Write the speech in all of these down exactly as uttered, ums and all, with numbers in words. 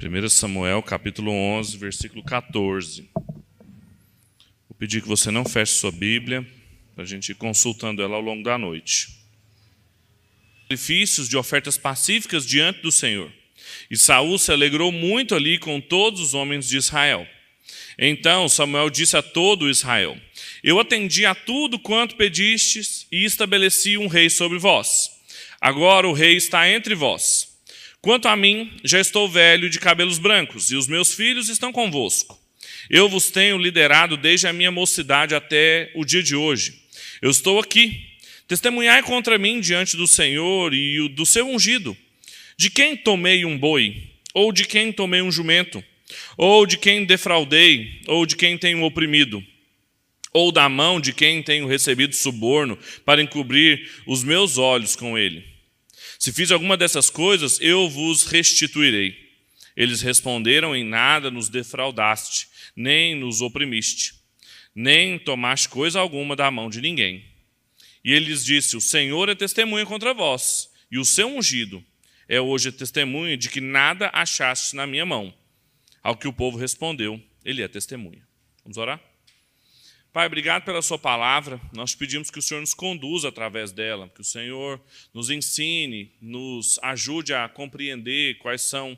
primeiro Samuel, capítulo onze, versículo quatorze. Vou pedir que você não feche sua Bíblia, para a gente ir consultando ela ao longo da noite. Sacrifícios de ofertas pacíficas diante do Senhor. E Saul se alegrou muito ali com todos os homens de Israel. Então Samuel disse a todo Israel: Eu atendi a tudo quanto pedistes e estabeleci um rei sobre vós. Agora o rei está entre vós. Quanto a mim, já estou velho de cabelos brancos, e os meus filhos estão convosco. Eu vos tenho liderado desde a minha mocidade até o dia de hoje. Eu estou aqui. Testemunhai contra mim diante do Senhor e do seu ungido. De quem tomei um boi? Ou de quem tomei um jumento? Ou de quem defraudei? Ou de quem tenho oprimido? Ou da mão de quem tenho recebido suborno para encobrir os meus olhos com ele? Se fiz alguma dessas coisas, eu vos restituirei. Eles responderam: em nada nos defraudaste, nem nos oprimiste, nem tomaste coisa alguma da mão de ninguém. E ele lhes disse: o Senhor é testemunha contra vós, e o seu ungido é hoje testemunha de que nada achaste na minha mão. Ao que o povo respondeu: ele é testemunha. Vamos orar? Pai, obrigado pela sua palavra. Nós pedimos que o Senhor nos conduza através dela, que o Senhor nos ensine, nos ajude a compreender quais são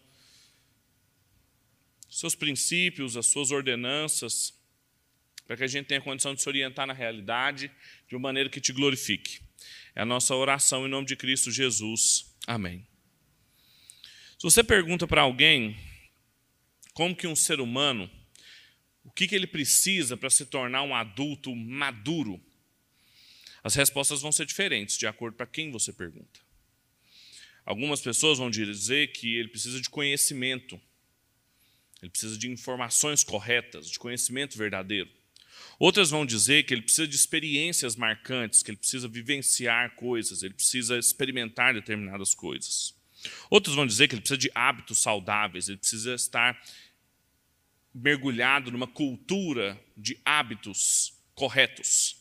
os seus princípios, as suas ordenanças, para que a gente tenha condição de se orientar na realidade de uma maneira que te glorifique. É a nossa oração em nome de Cristo Jesus. Amém. Se você pergunta para alguém como que um ser humano, o que que ele precisa para se tornar um adulto maduro, as respostas vão ser diferentes de acordo para quem você pergunta. Algumas pessoas vão dizer que ele precisa de conhecimento, ele precisa de informações corretas, de conhecimento verdadeiro. Outras vão dizer que ele precisa de experiências marcantes, que ele precisa vivenciar coisas, ele precisa experimentar determinadas coisas. Outros vão dizer que ele precisa de hábitos saudáveis, ele precisa estar mergulhado numa cultura de hábitos corretos.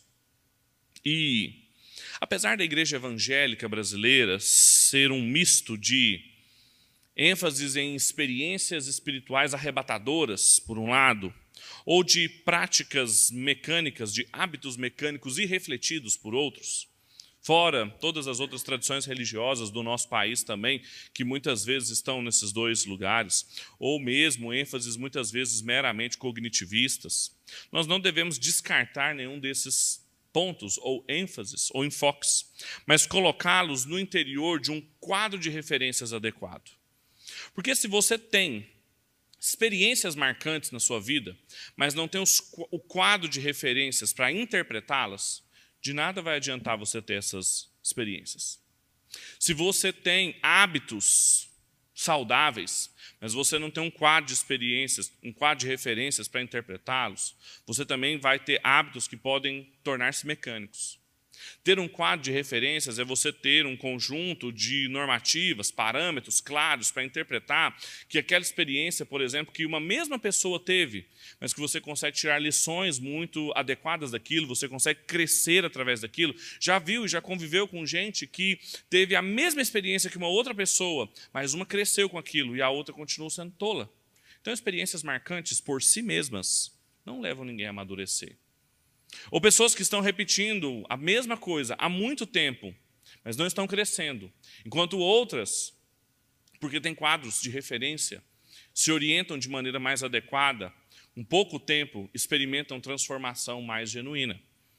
E, apesar da igreja evangélica brasileira ser um misto de ênfases em experiências espirituais arrebatadoras, por um lado, ou de práticas mecânicas, de hábitos mecânicos irrefletidos por outros, fora todas as outras tradições religiosas do nosso país também, que muitas vezes estão nesses dois lugares, ou mesmo ênfases muitas vezes meramente cognitivistas, nós não devemos descartar nenhum desses pontos, ou ênfases, ou enfoques, mas colocá-los no interior de um quadro de referências adequado. Porque se você tem experiências marcantes na sua vida, mas não tem os, o quadro de referências para interpretá-las, de nada vai adiantar você ter essas experiências. Se você tem hábitos saudáveis, mas você não tem um quadro de experiências, um quadro de referências para interpretá-los, você também vai ter hábitos que podem tornar-se mecânicos. Ter um quadro de referências é você ter um conjunto de normativas, parâmetros claros para interpretar que aquela experiência, por exemplo, que uma mesma pessoa teve, mas que você consegue tirar lições muito adequadas daquilo, você consegue crescer através daquilo. Já viu e já conviveu com gente que teve a mesma experiência que uma outra pessoa, mas uma cresceu com aquilo e a outra continuou sendo tola. Então, experiências marcantes por si mesmas não levam ninguém a amadurecer. Ou pessoas que estão repetindo a mesma coisa há muito tempo, mas não estão crescendo. Enquanto outras, porque têm quadros de referência, se orientam de maneira mais adequada, um pouco tempo experimentam transformação mais genuína.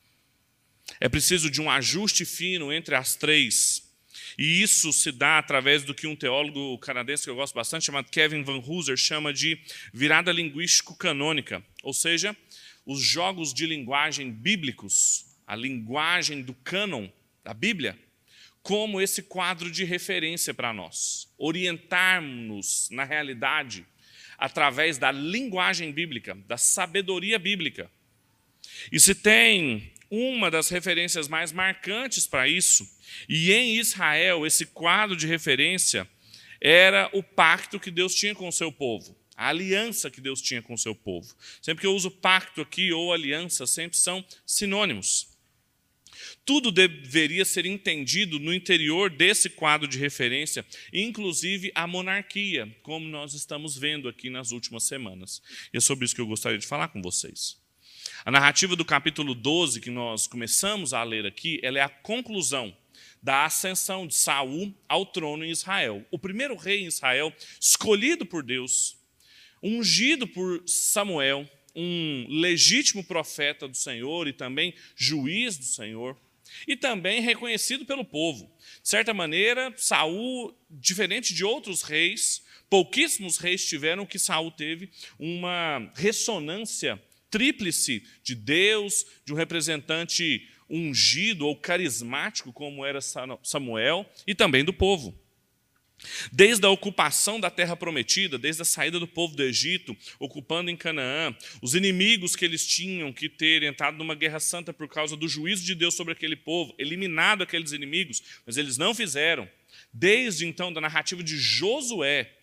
É preciso de um ajuste fino entre as três. E isso se dá através do que um teólogo canadense que eu gosto bastante, chamado Kevin Van Hooser, chama de virada linguístico-canônica, ou seja, os jogos de linguagem bíblicos, a linguagem do cânon da Bíblia, como esse quadro de referência para nós. Orientarmos-nos na realidade através da linguagem bíblica, da sabedoria bíblica. E se tem uma das referências mais marcantes para isso, e em Israel esse quadro de referência era o pacto que Deus tinha com o seu povo. A aliança que Deus tinha com o seu povo. Sempre que eu uso pacto aqui ou aliança, sempre são sinônimos. Tudo deveria ser entendido no interior desse quadro de referência, inclusive a monarquia, como nós estamos vendo aqui nas últimas semanas. E é sobre isso que eu gostaria de falar com vocês. A narrativa do capítulo doze, que nós começamos a ler aqui, ela é a conclusão da ascensão de Saul ao trono em Israel. O primeiro rei em Israel, escolhido por Deus, ungido por Samuel, um legítimo profeta do Senhor e também juiz do Senhor, e também reconhecido pelo povo. De certa maneira, Saul, diferente de outros reis, pouquíssimos reis tiveram o que Saul teve, uma ressonância tríplice de Deus, de um representante ungido ou carismático, como era Samuel, e também do povo. Desde a ocupação da terra prometida, desde a saída do povo do Egito, ocupando em Canaã, os inimigos que eles tinham que ter entrado numa guerra santa por causa do juízo de Deus sobre aquele povo, eliminado aqueles inimigos, mas eles não fizeram. Desde então, da narrativa de Josué,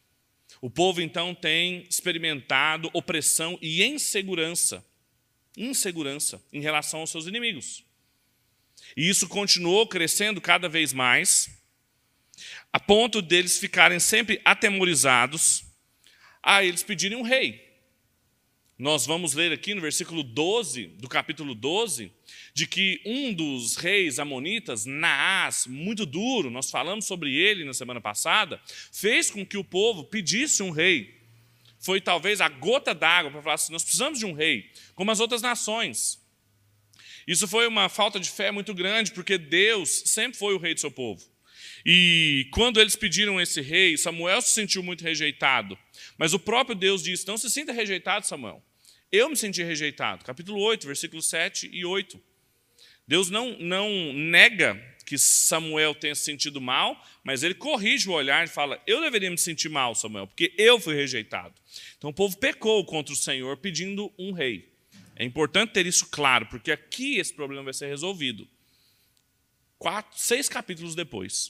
o povo então tem experimentado opressão e insegurança, insegurança em relação aos seus inimigos. E isso continuou crescendo cada vez mais, a ponto deles ficarem sempre atemorizados a eles pedirem um rei. Nós vamos ler aqui no versículo doze, do capítulo doze, de que um dos reis amonitas, Naás, muito duro, nós falamos sobre ele na semana passada, fez com que o povo pedisse um rei. Foi talvez a gota d'água para falar assim, nós precisamos de um rei, como as outras nações. Isso foi uma falta de fé muito grande, porque Deus sempre foi o rei do seu povo. E quando eles pediram esse rei, Samuel se sentiu muito rejeitado. Mas o próprio Deus disse, não se sinta rejeitado, Samuel. Eu me senti rejeitado. Capítulo oito, versículos sete e oito. Deus não, não nega que Samuel tenha se sentido mal, mas ele corrige o olhar e fala, eu deveria me sentir mal, Samuel, porque eu fui rejeitado. Então o povo pecou contra o Senhor pedindo um rei. É importante ter isso claro, porque aqui esse problema vai ser resolvido. Quatro, seis capítulos depois.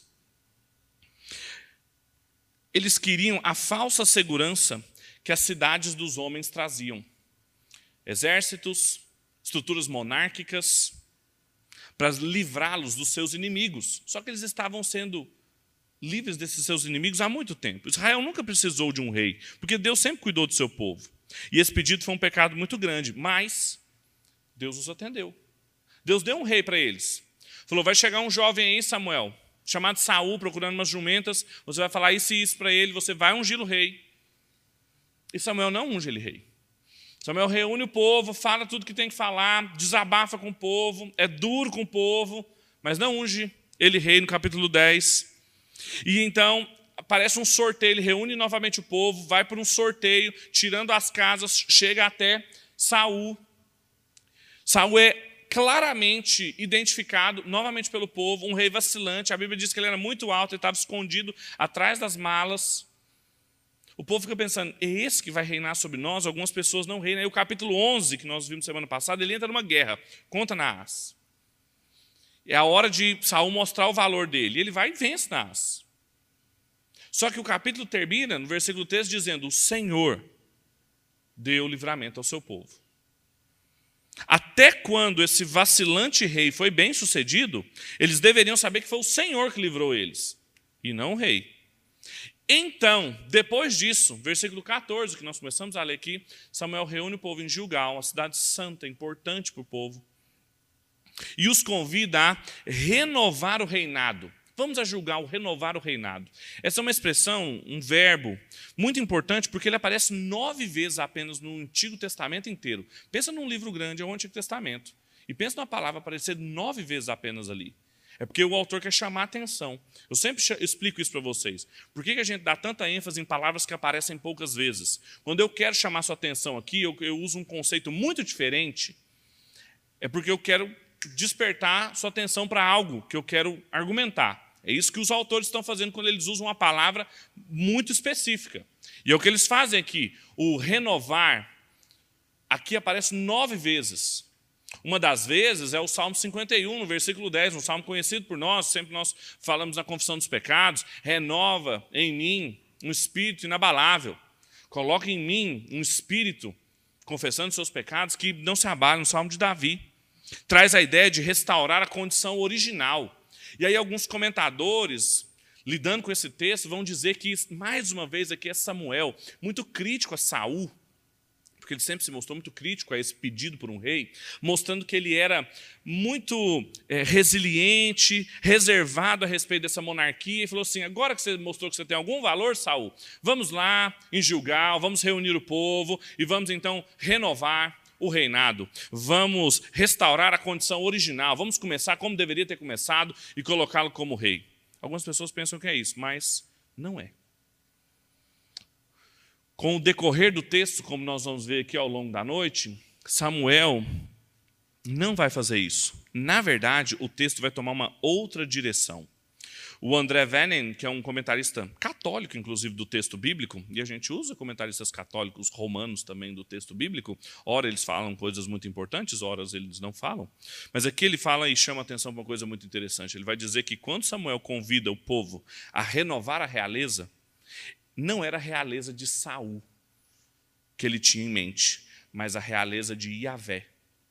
Eles queriam a falsa segurança que as cidades dos homens traziam. Exércitos, estruturas monárquicas, para livrá-los dos seus inimigos. Só que eles estavam sendo livres desses seus inimigos há muito tempo. Israel nunca precisou de um rei, porque Deus sempre cuidou do seu povo. E esse pedido foi um pecado muito grande, mas Deus os atendeu. Deus deu um rei para eles. Falou, vai chegar um jovem aí, Samuel, chamado Saul, procurando umas jumentas, você vai falar isso e isso para ele, você vai ungir o rei. E Samuel não unge ele rei. Samuel reúne o povo, fala tudo que tem que falar, desabafa com o povo, é duro com o povo, mas não unge ele rei no capítulo dez. E então aparece um sorteio, ele reúne novamente o povo, vai por um sorteio, tirando as casas, chega até Saul. Saul é claramente identificado novamente pelo povo, um rei vacilante. A Bíblia diz que ele era muito alto, ele estava escondido atrás das malas. O povo fica pensando, é esse que vai reinar sobre nós? Algumas pessoas não reinam. Aí o capítulo onze, que nós vimos semana passada, ele entra numa guerra contra Naás. É a hora de Saul mostrar o valor dele. E ele vai e vence Naás. Só que o capítulo termina no versículo treze dizendo, o Senhor deu livramento ao seu povo. Até quando esse vacilante rei foi bem sucedido, eles deveriam saber que foi o Senhor que livrou eles, e não o rei. Então, depois disso, versículo quatorze, que nós começamos a ler aqui, Samuel reúne o povo em Gilgal, uma cidade santa, importante para o povo, e os convida a renovar o reinado. Vamos a Gilgal, renovar o reinado. Essa é uma expressão, um verbo muito importante, porque ele aparece nove vezes apenas no Antigo Testamento inteiro. Pensa num livro grande, é o Antigo Testamento. E pensa numa palavra aparecer nove vezes apenas ali. É porque o autor quer chamar a atenção. Eu sempre explico isso para vocês. Por que a gente dá tanta ênfase em palavras que aparecem poucas vezes? Quando eu quero chamar sua atenção aqui, eu, eu uso um conceito muito diferente. É porque eu quero despertar sua atenção para algo que eu quero argumentar. É isso que os autores estão fazendo quando eles usam uma palavra muito específica. E é o que eles fazem aqui. O renovar, aqui aparece nove vezes. Uma das vezes é o Salmo cinquenta e um, no versículo dez, um salmo conhecido por nós, sempre nós falamos na confissão dos pecados, renova em mim um espírito inabalável. Coloca em mim um espírito, confessando seus pecados, que não se abale, no salmo de Davi. traz a ideia de restaurar a condição original. E aí alguns comentadores, lidando com esse texto, vão dizer que, mais uma vez, aqui é Samuel, muito crítico a Saul, porque ele sempre se mostrou muito crítico a esse pedido por um rei, mostrando que ele era muito é, resiliente, reservado a respeito dessa monarquia, e falou assim, agora que você mostrou que você tem algum valor, Saul, vamos lá em Gilgal, vamos reunir o povo e vamos então renovar o reinado, vamos restaurar a condição original, vamos começar como deveria ter começado e colocá-lo como rei. Algumas pessoas pensam que é isso, mas não é. Com o decorrer do texto, como nós vamos ver aqui ao longo da noite, Samuel não vai fazer isso. Na verdade, o texto vai tomar uma outra direção. O André Vennen, que é um comentarista católico, inclusive, do texto bíblico, e a gente usa comentaristas católicos romanos também do texto bíblico, ora eles falam coisas muito importantes, ora eles não falam, mas aqui ele fala e chama a atenção para uma coisa muito interessante. Ele vai dizer que quando Samuel convida o povo a renovar a realeza, não era a realeza de Saul que ele tinha em mente, mas a realeza de Yahvé.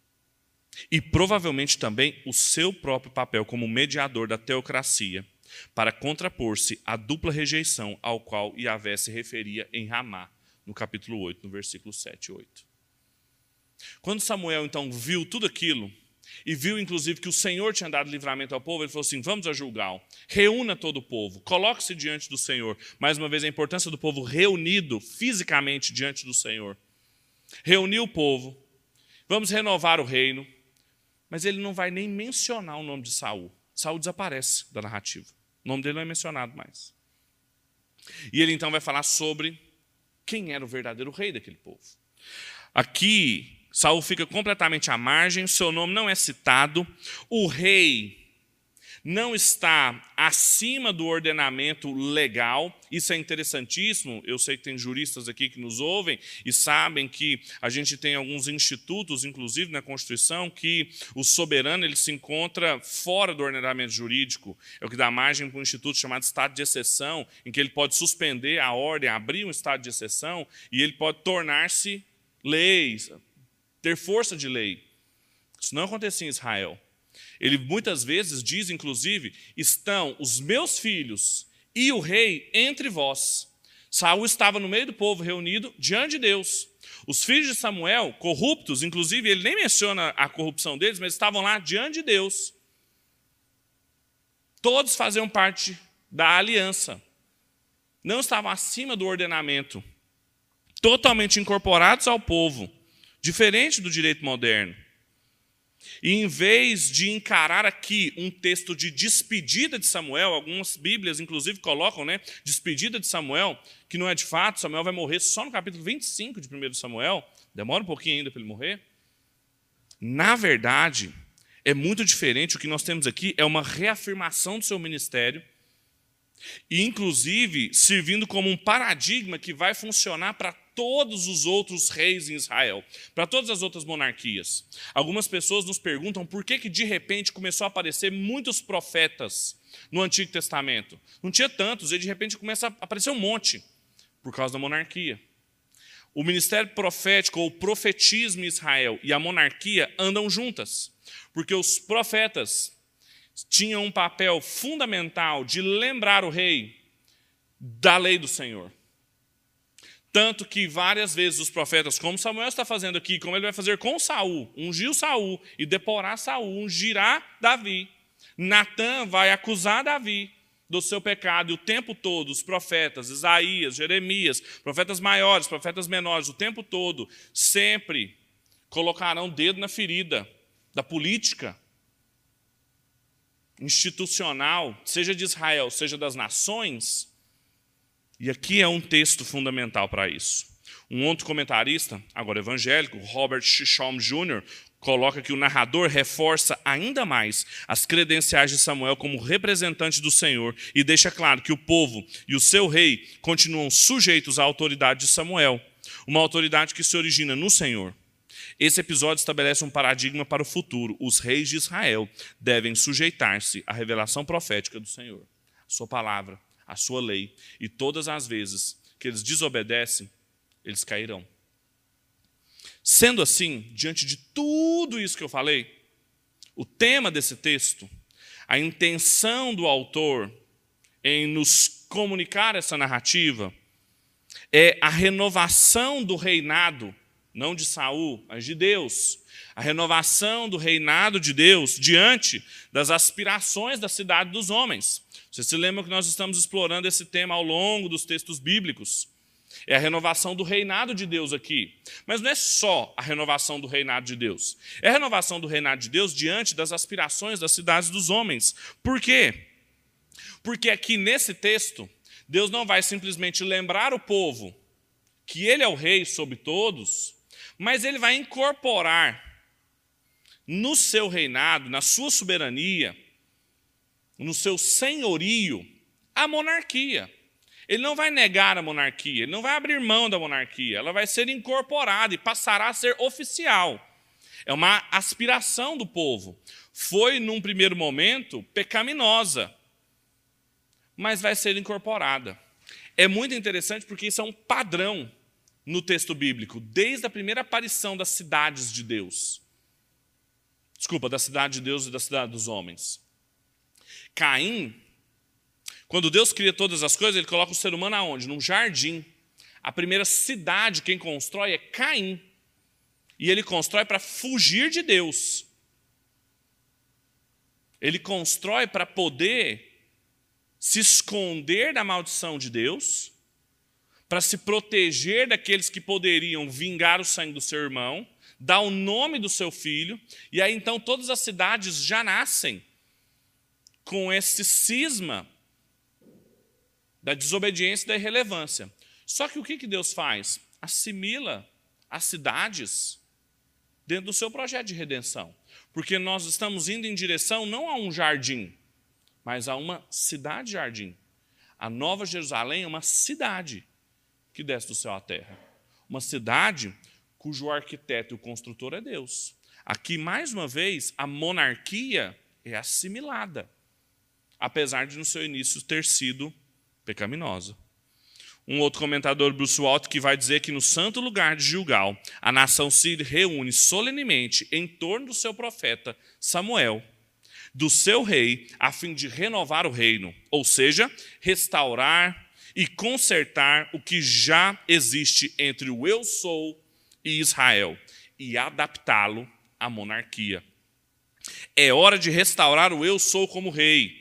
E provavelmente também o seu próprio papel como mediador da teocracia, para contrapor-se à dupla rejeição ao qual Yahvé se referia em Ramá, no capítulo oito, no versículo sete e oito. Quando Samuel, então, viu tudo aquilo, e viu, inclusive, que o Senhor tinha dado livramento ao povo, ele falou assim, vamos a Gilgal, reúna todo o povo, coloque-se diante do Senhor. Mais uma vez, a importância do povo reunido fisicamente diante do Senhor. Reuniu o povo, vamos renovar o reino, mas ele não vai nem mencionar o nome de Saul. Saul desaparece da narrativa. O nome dele não é mencionado mais. E ele então vai falar sobre quem era o verdadeiro rei daquele povo. Aqui, Saul fica completamente à margem, seu nome não é citado, o rei não está acima do ordenamento legal, isso é interessantíssimo, eu sei que tem juristas aqui que nos ouvem e sabem que a gente tem alguns institutos, inclusive na Constituição, que o soberano ele se encontra fora do ordenamento jurídico, é o que dá margem para um instituto chamado estado de exceção, em que ele pode suspender a ordem, abrir um estado de exceção e ele pode tornar-se lei, ter força de lei. Isso não acontecia em Israel. Ele muitas vezes diz, inclusive, estão os meus filhos e o rei entre vós. Saul estava no meio do povo reunido diante de Deus. Os filhos de Samuel, corruptos, inclusive, ele nem menciona a corrupção deles, mas estavam lá diante de Deus. Todos faziam parte da aliança. Não estavam acima do ordenamento. Totalmente incorporados ao povo. Diferente do direito moderno. E em vez de encarar aqui um texto de despedida de Samuel, algumas bíblias inclusive colocam, né, despedida de Samuel, que não é de fato, Samuel vai morrer só no capítulo vinte e cinco de primeiro Samuel, demora um pouquinho ainda para ele morrer. Na verdade, é muito diferente, o que nós temos aqui é uma reafirmação do seu ministério, e inclusive servindo como um paradigma que vai funcionar para todos os outros reis em Israel, para todas as outras monarquias. Algumas pessoas nos perguntam por que que de repente começou a aparecer muitos profetas no Antigo Testamento. Não tinha tantos, e de repente começa a aparecer um monte, por causa da monarquia. O ministério profético ou profetismo em Israel e a monarquia andam juntas, porque os profetas tinham um papel fundamental de lembrar o rei da lei do Senhor. Tanto que várias vezes os profetas, como Samuel está fazendo aqui, como ele vai fazer com Saul, ungiu Saul e deporar Saul, ungirá Davi. Natã vai acusar Davi do seu pecado, e o tempo todo os profetas, Isaías, Jeremias, profetas maiores, profetas menores, o tempo todo, sempre colocarão o dedo na ferida da política institucional, seja de Israel, seja das nações. E aqui é um texto fundamental para isso. Um outro comentarista, agora evangélico, Robert Shisholm Júnior, coloca que o narrador reforça ainda mais as credenciais de Samuel como representante do Senhor e deixa claro que o povo e o seu rei continuam sujeitos à autoridade de Samuel, uma autoridade que se origina no Senhor. Esse episódio estabelece um paradigma para o futuro. Os reis de Israel devem sujeitar-se à revelação profética do Senhor, a sua palavra, a sua lei, e todas as vezes que eles desobedecem, eles cairão. Sendo assim, diante de tudo isso que eu falei, O tema desse texto, a intenção do autor em nos comunicar essa narrativa é a renovação do reinado, não de Saul, mas de Deus. A renovação do reinado de Deus diante das aspirações da cidade dos homens. Vocês se lembram que nós estamos explorando esse tema ao longo dos textos bíblicos. É a renovação do reinado de Deus aqui. Mas não é só a renovação do reinado de Deus. É a renovação do reinado de Deus diante das aspirações das cidades dos homens. Por quê? Porque aqui nesse texto, Deus não vai simplesmente lembrar o povo que ele é o rei sobre todos, mas ele vai incorporar no seu reinado, na sua soberania, no seu senhorio, a monarquia. Ele não vai negar a monarquia, ele não vai abrir mão da monarquia, ela vai ser incorporada e passará a ser oficial. É uma aspiração do povo. Foi, num primeiro momento, pecaminosa, mas vai ser incorporada. É muito interessante porque isso é um padrão no texto bíblico, desde a primeira aparição das cidades de Deus. Desculpa, da cidade de Deus e da cidade dos homens. Caim, quando Deus cria todas as coisas, ele coloca o ser humano aonde? Num jardim. A primeira cidade quem constrói é Caim. E ele constrói para fugir de Deus. Ele constrói para poder se esconder da maldição de Deus, para se proteger daqueles que poderiam vingar o sangue do seu irmão, dar o nome do seu filho, e aí então todas as cidades já nascem com esse cisma da desobediência e da irrelevância. Só que o que Deus faz? Assimila as cidades dentro do seu projeto de redenção. Porque nós estamos indo em direção não a um jardim, mas a uma cidade-jardim. A Nova Jerusalém é uma cidade que desce do céu à terra. Uma cidade cujo arquiteto e o construtor é Deus. Aqui, mais uma vez, a monarquia é assimilada, apesar de no seu início ter sido pecaminosa. Um outro comentador, Bruce Waltke, que vai dizer que no santo lugar de Gilgal, a nação se reúne solenemente em torno do seu profeta Samuel, do seu rei, a fim de renovar o reino, ou seja, restaurar e consertar o que já existe entre o eu sou e Israel, e adaptá-lo à monarquia. É hora de restaurar o eu sou como rei,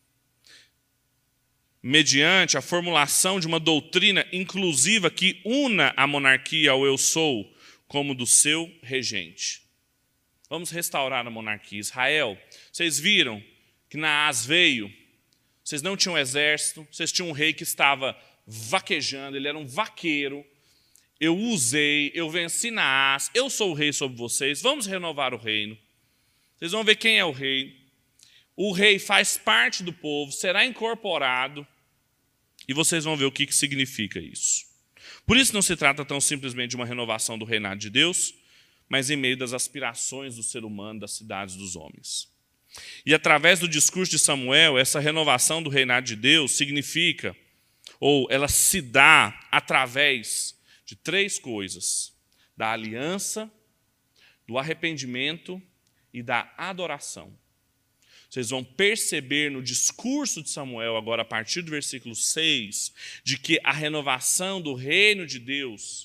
mediante a formulação de uma doutrina inclusiva que una a monarquia ao eu sou como do seu regente. Vamos restaurar a monarquia. Israel, vocês viram que Naás veio, vocês não tinham exército, vocês tinham um rei que estava vaquejando, ele era um vaqueiro. Eu usei, eu venci Naás, eu sou o rei sobre vocês, vamos renovar o reino. Vocês vão ver quem é o rei. O rei faz parte do povo, será incorporado, e vocês vão ver o que, que significa isso. Por isso não se trata tão simplesmente de uma renovação do reinado de Deus, mas em meio das aspirações do ser humano, das cidades dos homens. E através do discurso de Samuel, essa renovação do reinado de Deus significa, ou ela se dá através de três coisas: da aliança, do arrependimento e da adoração. Vocês vão perceber no discurso de Samuel, agora a partir do versículo seis, de que a renovação do reino de Deus,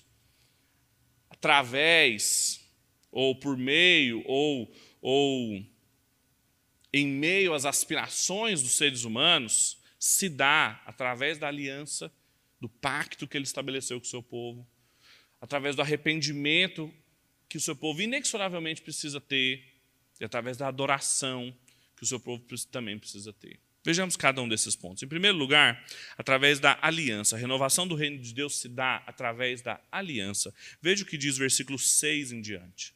através, ou por meio, ou, ou em meio às aspirações dos seres humanos, se dá através da aliança, do pacto que ele estabeleceu com o seu povo, através do arrependimento que o seu povo inexoravelmente precisa ter, e através da adoração que o seu povo também precisa ter. Vejamos cada um desses pontos. Em primeiro lugar, através da aliança. A renovação do reino de Deus se dá através da aliança. Veja o que diz o versículo seis em diante.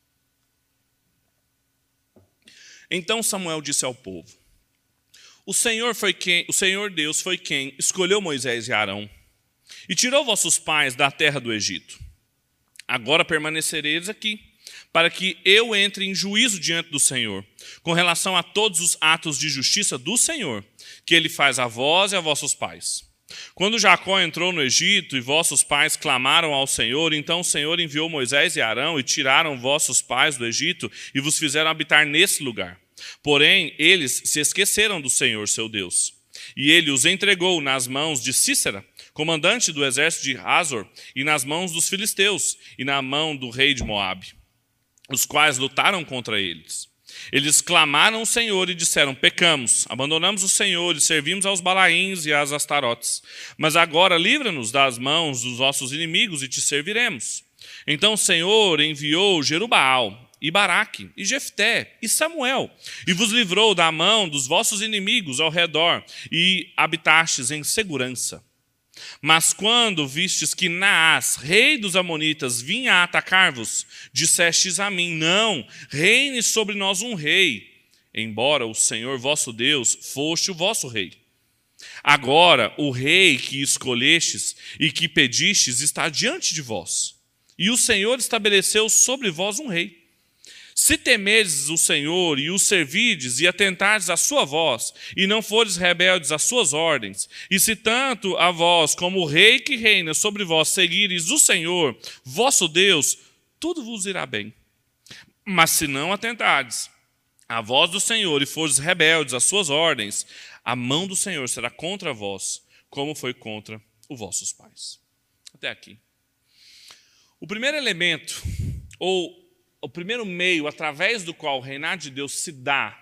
Então Samuel disse ao povo: O Senhor foi quem, o Senhor Deus foi quem escolheu Moisés e Arão e tirou vossos pais da terra do Egito. Agora permanecereis aqui, para que eu entre em juízo diante do Senhor, com relação a todos os atos de justiça do Senhor, que ele faz a vós e a vossos pais. Quando Jacó entrou no Egito e vossos pais clamaram ao Senhor, então o Senhor enviou Moisés e Arão e tiraram vossos pais do Egito e vos fizeram habitar nesse lugar. Porém, eles se esqueceram do Senhor, seu Deus. E ele os entregou nas mãos de Sísera, comandante do exército de Hazor, e nas mãos dos filisteus, e na mão do rei de Moabe, os quais lutaram contra eles. Eles clamaram ao Senhor e disseram: pecamos, abandonamos o Senhor e servimos aos Balaíns e às Astarotes. Mas agora livra-nos das mãos dos nossos inimigos e te serviremos. Então o Senhor enviou Jerubaal, e Baraque, e Jefté, e Samuel, e vos livrou da mão dos vossos inimigos ao redor, e habitastes em segurança. Mas quando vistes que Naás, rei dos Amonitas, vinha atacar-vos, dissestes a mim: não, reine sobre nós um rei, embora o Senhor vosso Deus foste o vosso rei. Agora o rei que escolhestes e que pedistes está diante de vós, e o Senhor estabeleceu sobre vós um rei. Se temerdes o Senhor e o servirdes e atentardes à sua voz, e não fores rebeldes às suas ordens, e se tanto a vós como o rei que reina sobre vós seguires o Senhor, vosso Deus, tudo vos irá bem. Mas se não atentardes à voz do Senhor e fores rebeldes às suas ordens, a mão do Senhor será contra vós, como foi contra os vossos pais. Até aqui. O primeiro elemento, ou o primeiro meio através do qual o reinado de Deus se dá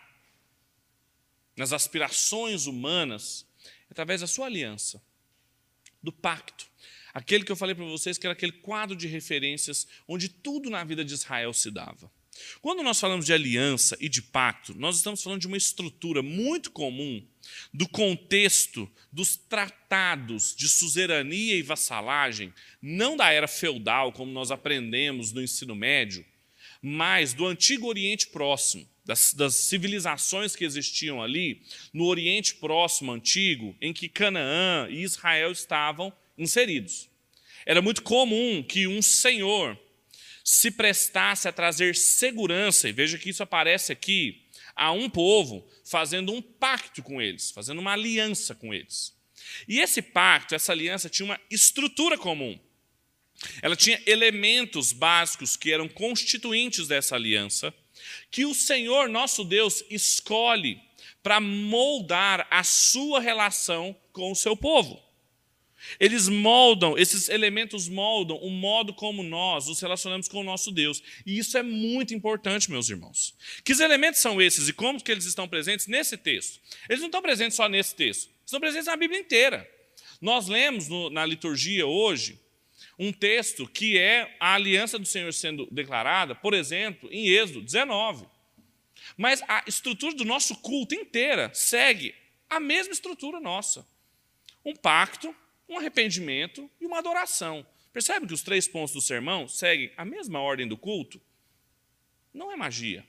nas aspirações humanas, é através da sua aliança, do pacto. Aquele que eu falei para vocês que era aquele quadro de referências onde tudo na vida de Israel se dava. Quando nós falamos de aliança e de pacto, nós estamos falando de uma estrutura muito comum do contexto dos tratados de suzerania e vassalagem, não da era feudal, como nós aprendemos no ensino médio, mas do Antigo Oriente Próximo, das, das civilizações que existiam ali, no Oriente Próximo Antigo, em que Canaã e Israel estavam inseridos. Era muito comum que um senhor se prestasse a trazer segurança, e veja que isso aparece aqui, a um povo, fazendo um pacto com eles, fazendo uma aliança com eles. E esse pacto, essa aliança, tinha uma estrutura comum. Ela tinha elementos básicos que eram constituintes dessa aliança, que o Senhor, nosso Deus, escolhe para moldar a sua relação com o seu povo. Eles moldam, esses elementos moldam o modo como nós nos relacionamos com o nosso Deus. E isso é muito importante, meus irmãos. Que elementos são esses e como que eles estão presentes nesse texto? Eles não estão presentes só nesse texto, estão presentes na Bíblia inteira. Nós lemos no, na liturgia hoje um texto que é a aliança do Senhor sendo declarada, por exemplo, em Êxodo dezenove. Mas a estrutura do nosso culto inteira segue a mesma estrutura nossa. Um pacto, um arrependimento e uma adoração. Percebe que os três pontos do sermão seguem a mesma ordem do culto? Não é magia.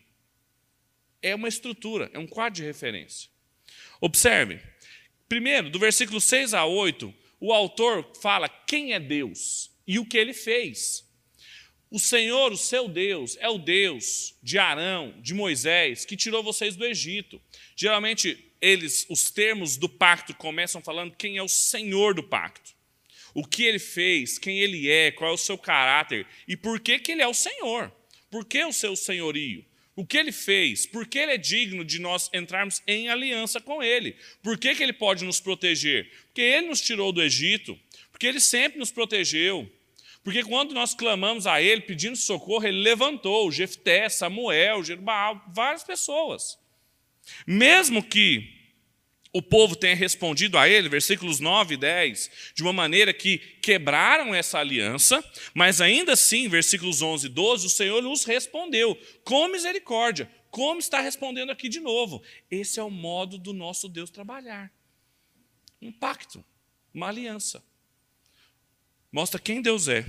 É uma estrutura, é um quadro de referência. Observe. Primeiro, do versículo seis a oito, o autor fala quem é Deus e o que ele fez. O Senhor, o seu Deus, é o Deus de Arão, de Moisés, que tirou vocês do Egito. Geralmente, eles, os termos do pacto começam falando quem é o Senhor do pacto. O que ele fez, quem ele é, qual é o seu caráter e por que, que ele é o Senhor. Por que o seu senhorio? O que ele fez? Por que ele é digno de nós entrarmos em aliança com ele? Por que, que ele pode nos proteger? Porque ele nos tirou do Egito, porque ele sempre nos protegeu. Porque quando nós clamamos a ele, pedindo socorro, ele levantou Jefté, Samuel, Jerubaal, várias pessoas. Mesmo que o povo tenha respondido a ele, versículos nove e dez, de uma maneira que quebraram essa aliança, mas ainda assim, versículos onze e doze, o Senhor nos respondeu com misericórdia, como está respondendo aqui de novo. Esse é o modo do nosso Deus trabalhar. Um pacto, uma aliança. Mostra quem Deus é.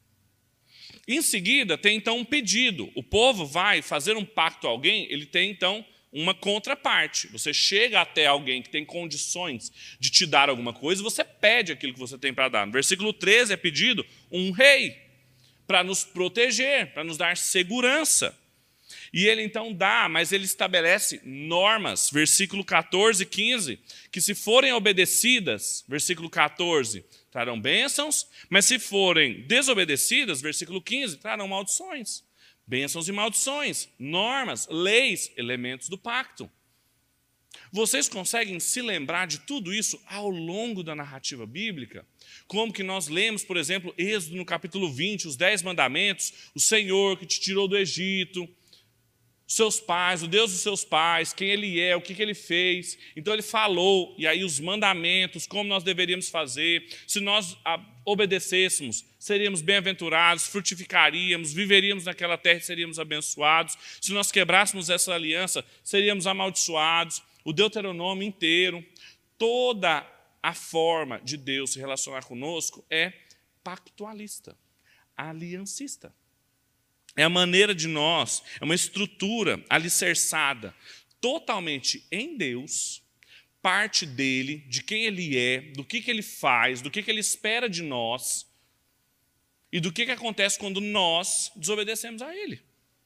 Em seguida, tem então um pedido. O povo vai fazer um pacto a alguém, ele tem então uma contraparte. Você chega até alguém que tem condições de te dar alguma coisa, você pede aquilo que você tem para dar. No versículo treze é pedido um rei para nos proteger, para nos dar segurança. E ele então dá, mas ele estabelece normas, versículo quatorze e quinze, que se forem obedecidas, versículo quatorze, trarão bênçãos, mas se forem desobedecidas, versículo quinze, trarão maldições. Bênçãos e maldições, normas, leis, elementos do pacto. Vocês conseguem se lembrar de tudo isso ao longo da narrativa bíblica? Como que nós lemos, por exemplo, Êxodo no capítulo vinte, os dez mandamentos, o Senhor que te tirou do Egito, seus pais, o Deus dos seus pais, quem Ele é, o que, que Ele fez. Então Ele falou, e aí os mandamentos, como nós deveríamos fazer. Se nós obedecêssemos, seríamos bem-aventurados, frutificaríamos, viveríamos naquela terra e seríamos abençoados. Se nós quebrássemos essa aliança, seríamos amaldiçoados. O Deuteronômio inteiro, toda a forma de Deus se relacionar conosco é pactualista, aliancista. É a maneira de nós, é uma estrutura alicerçada totalmente em Deus, parte dele, de quem ele é, do que, que ele faz, do que, que ele espera de nós e do que, que acontece quando nós desobedecemos a ele.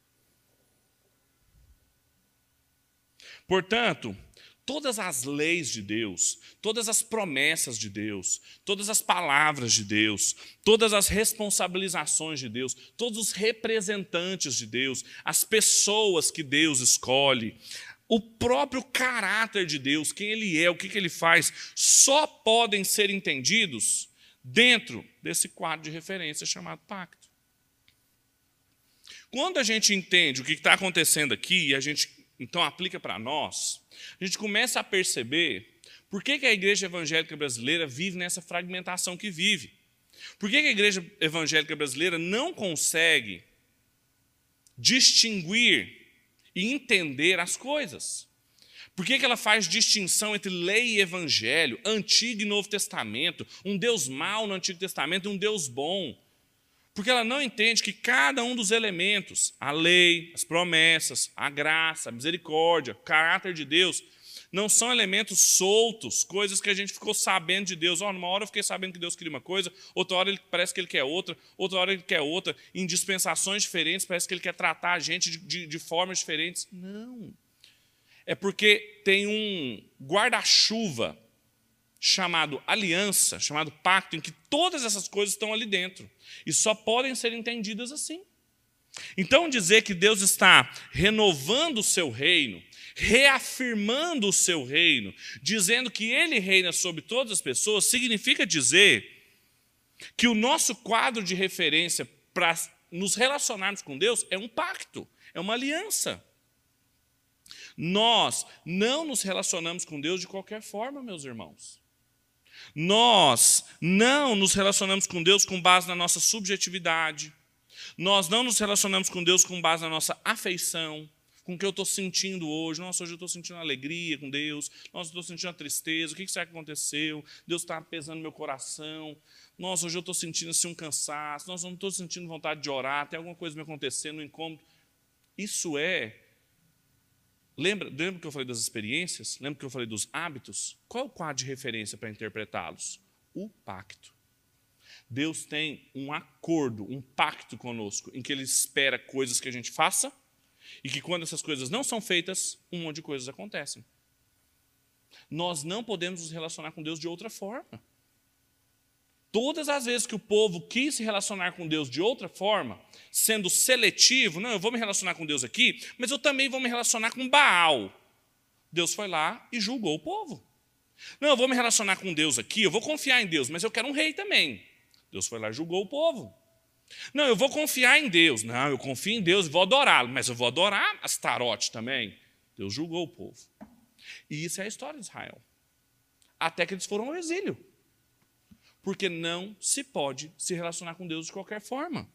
Portanto, todas as leis de Deus, todas as promessas de Deus, todas as palavras de Deus, todas as responsabilizações de Deus, todos os representantes de Deus, as pessoas que Deus escolhe, o próprio caráter de Deus, quem Ele é, o que Ele faz, só podem ser entendidos dentro desse quadro de referência chamado pacto. Quando a gente entende o que está acontecendo aqui e a gente então aplica para nós, a gente começa a perceber por que, que a igreja evangélica brasileira vive nessa fragmentação que vive. Por que, que a igreja evangélica brasileira não consegue distinguir e entender as coisas? Por que, que ela faz distinção entre lei e evangelho, Antigo e Novo Testamento, um Deus mau no Antigo Testamento e um Deus bom? Porque ela não entende que cada um dos elementos, a lei, as promessas, a graça, a misericórdia, o caráter de Deus, não são elementos soltos, coisas que a gente ficou sabendo de Deus. Oh, numa hora eu fiquei sabendo que Deus queria uma coisa, outra hora ele, parece que Ele quer outra, outra hora Ele quer outra, em dispensações diferentes, parece que Ele quer tratar a gente de, de, de formas diferentes. Não. É porque tem um guarda-chuva chamado aliança, chamado pacto, em que todas essas coisas estão ali dentro. E só podem ser entendidas assim. Então, dizer que Deus está renovando o seu reino, reafirmando o seu reino, dizendo que Ele reina sobre todas as pessoas, significa dizer que o nosso quadro de referência para nos relacionarmos com Deus é um pacto, é uma aliança. Nós não nos relacionamos com Deus de qualquer forma, meus irmãos. Nós não nos relacionamos com Deus com base na nossa subjetividade. Nós não nos relacionamos com Deus com base na nossa afeição, com o que eu estou sentindo hoje. Nossa, hoje eu estou sentindo alegria com Deus. Nossa, eu estou sentindo a tristeza. O que será que aconteceu? Deus está pesando no meu coração. Nossa, hoje eu estou sentindo assim, um cansaço. Nossa, eu não estou sentindo vontade de orar. Tem alguma coisa me acontecendo, um incômodo. Isso é... Lembra, lembra que eu falei das experiências? Lembra que eu falei dos hábitos? Qual é o quadro de referência para interpretá-los? O pacto. Deus tem um acordo, um pacto conosco, em que Ele espera coisas que a gente faça e que quando essas coisas não são feitas, um monte de coisas acontecem. Nós não podemos nos relacionar com Deus de outra forma. Todas as vezes que o povo quis se relacionar com Deus de outra forma, sendo seletivo, não, eu vou me relacionar com Deus aqui, mas eu também vou me relacionar com Baal. Deus foi lá e julgou o povo. Não, eu vou me relacionar com Deus aqui, eu vou confiar em Deus, mas eu quero um rei também. Deus foi lá e julgou o povo. Não, eu vou confiar em Deus. Não, eu confio em Deus e vou adorá-lo, mas eu vou adorar Astarote também. Deus julgou o povo. E isso é a história de Israel. Até que eles foram ao exílio. Porque não se pode se relacionar com Deus de qualquer forma.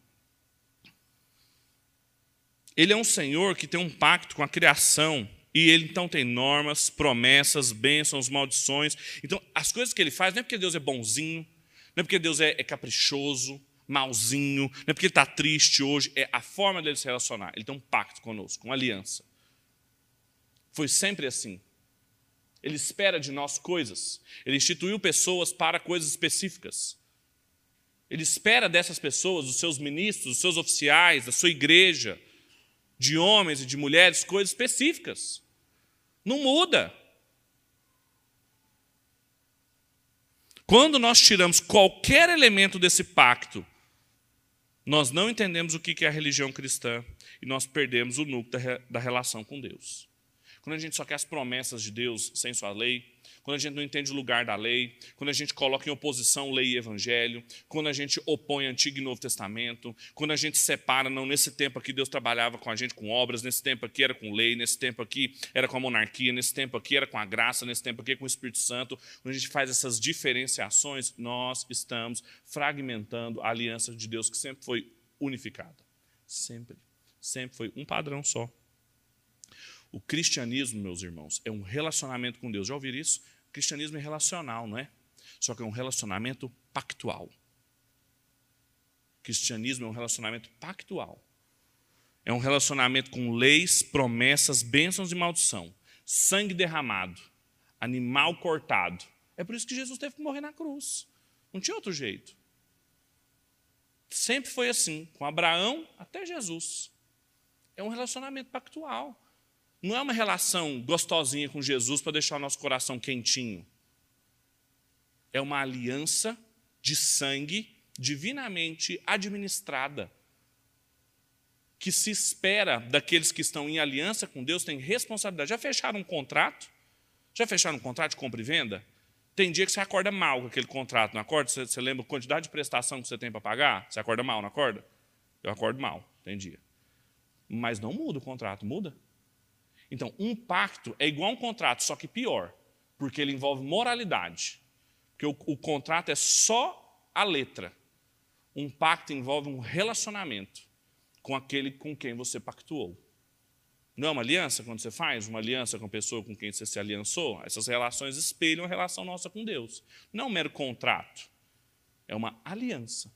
Ele é um Senhor que tem um pacto com a criação, e Ele então tem normas, promessas, bênçãos, maldições. Então, as coisas que Ele faz não é porque Deus é bonzinho, não é porque Deus é, é caprichoso, malzinho, não é porque Ele está triste hoje, é a forma dele se relacionar. Ele tem um pacto conosco, uma aliança. Foi sempre assim. Ele espera de nós coisas. Ele instituiu pessoas para coisas específicas. Ele espera dessas pessoas, dos seus ministros, dos seus oficiais, da sua igreja, de homens e de mulheres, coisas específicas. Não muda. Quando nós tiramos qualquer elemento desse pacto, nós não entendemos o que é a religião cristã e nós perdemos o núcleo da relação com Deus. Quando a gente só quer as promessas de Deus sem sua lei, quando a gente não entende o lugar da lei, quando a gente coloca em oposição lei e evangelho, quando a gente opõe Antigo e Novo Testamento, quando a gente separa, não, nesse tempo aqui Deus trabalhava com a gente com obras, nesse tempo aqui era com lei, nesse tempo aqui era com a monarquia, nesse tempo aqui era com a graça, nesse tempo aqui é com o Espírito Santo. Quando a gente faz essas diferenciações, nós estamos fragmentando a aliança de Deus que sempre foi unificada. Sempre. Sempre foi um padrão só. O cristianismo, meus irmãos, é um relacionamento com Deus. Já ouviram isso? O cristianismo é relacional, não é? Só que é um relacionamento pactual. O cristianismo é um relacionamento pactual. É um relacionamento com leis, promessas, bênçãos e maldição. Sangue derramado, animal cortado. É por isso que Jesus teve que morrer na cruz. Não tinha outro jeito. Sempre foi assim, com Abraão até Jesus. É um relacionamento pactual. Não é uma relação gostosinha com Jesus para deixar o nosso coração quentinho. É uma aliança de sangue divinamente administrada, que se espera daqueles que estão em aliança com Deus, tem responsabilidade. Já fecharam um contrato? Já fecharam um contrato de compra e venda? Tem dia que você acorda mal com aquele contrato, não acorda? Você, você lembra a quantidade de prestação que você tem para pagar? Você acorda mal, não acorda? Eu acordo mal, tem dia. Mas não muda o contrato, muda? Então, um pacto é igual a um contrato, só que pior, porque ele envolve moralidade. Porque o, o contrato é só a letra. Um pacto envolve um relacionamento com aquele com quem você pactuou. Não é uma aliança quando você faz uma aliança com a pessoa com quem você se aliançou? Essas relações espelham a relação nossa com Deus. Não é um mero contrato, é uma aliança.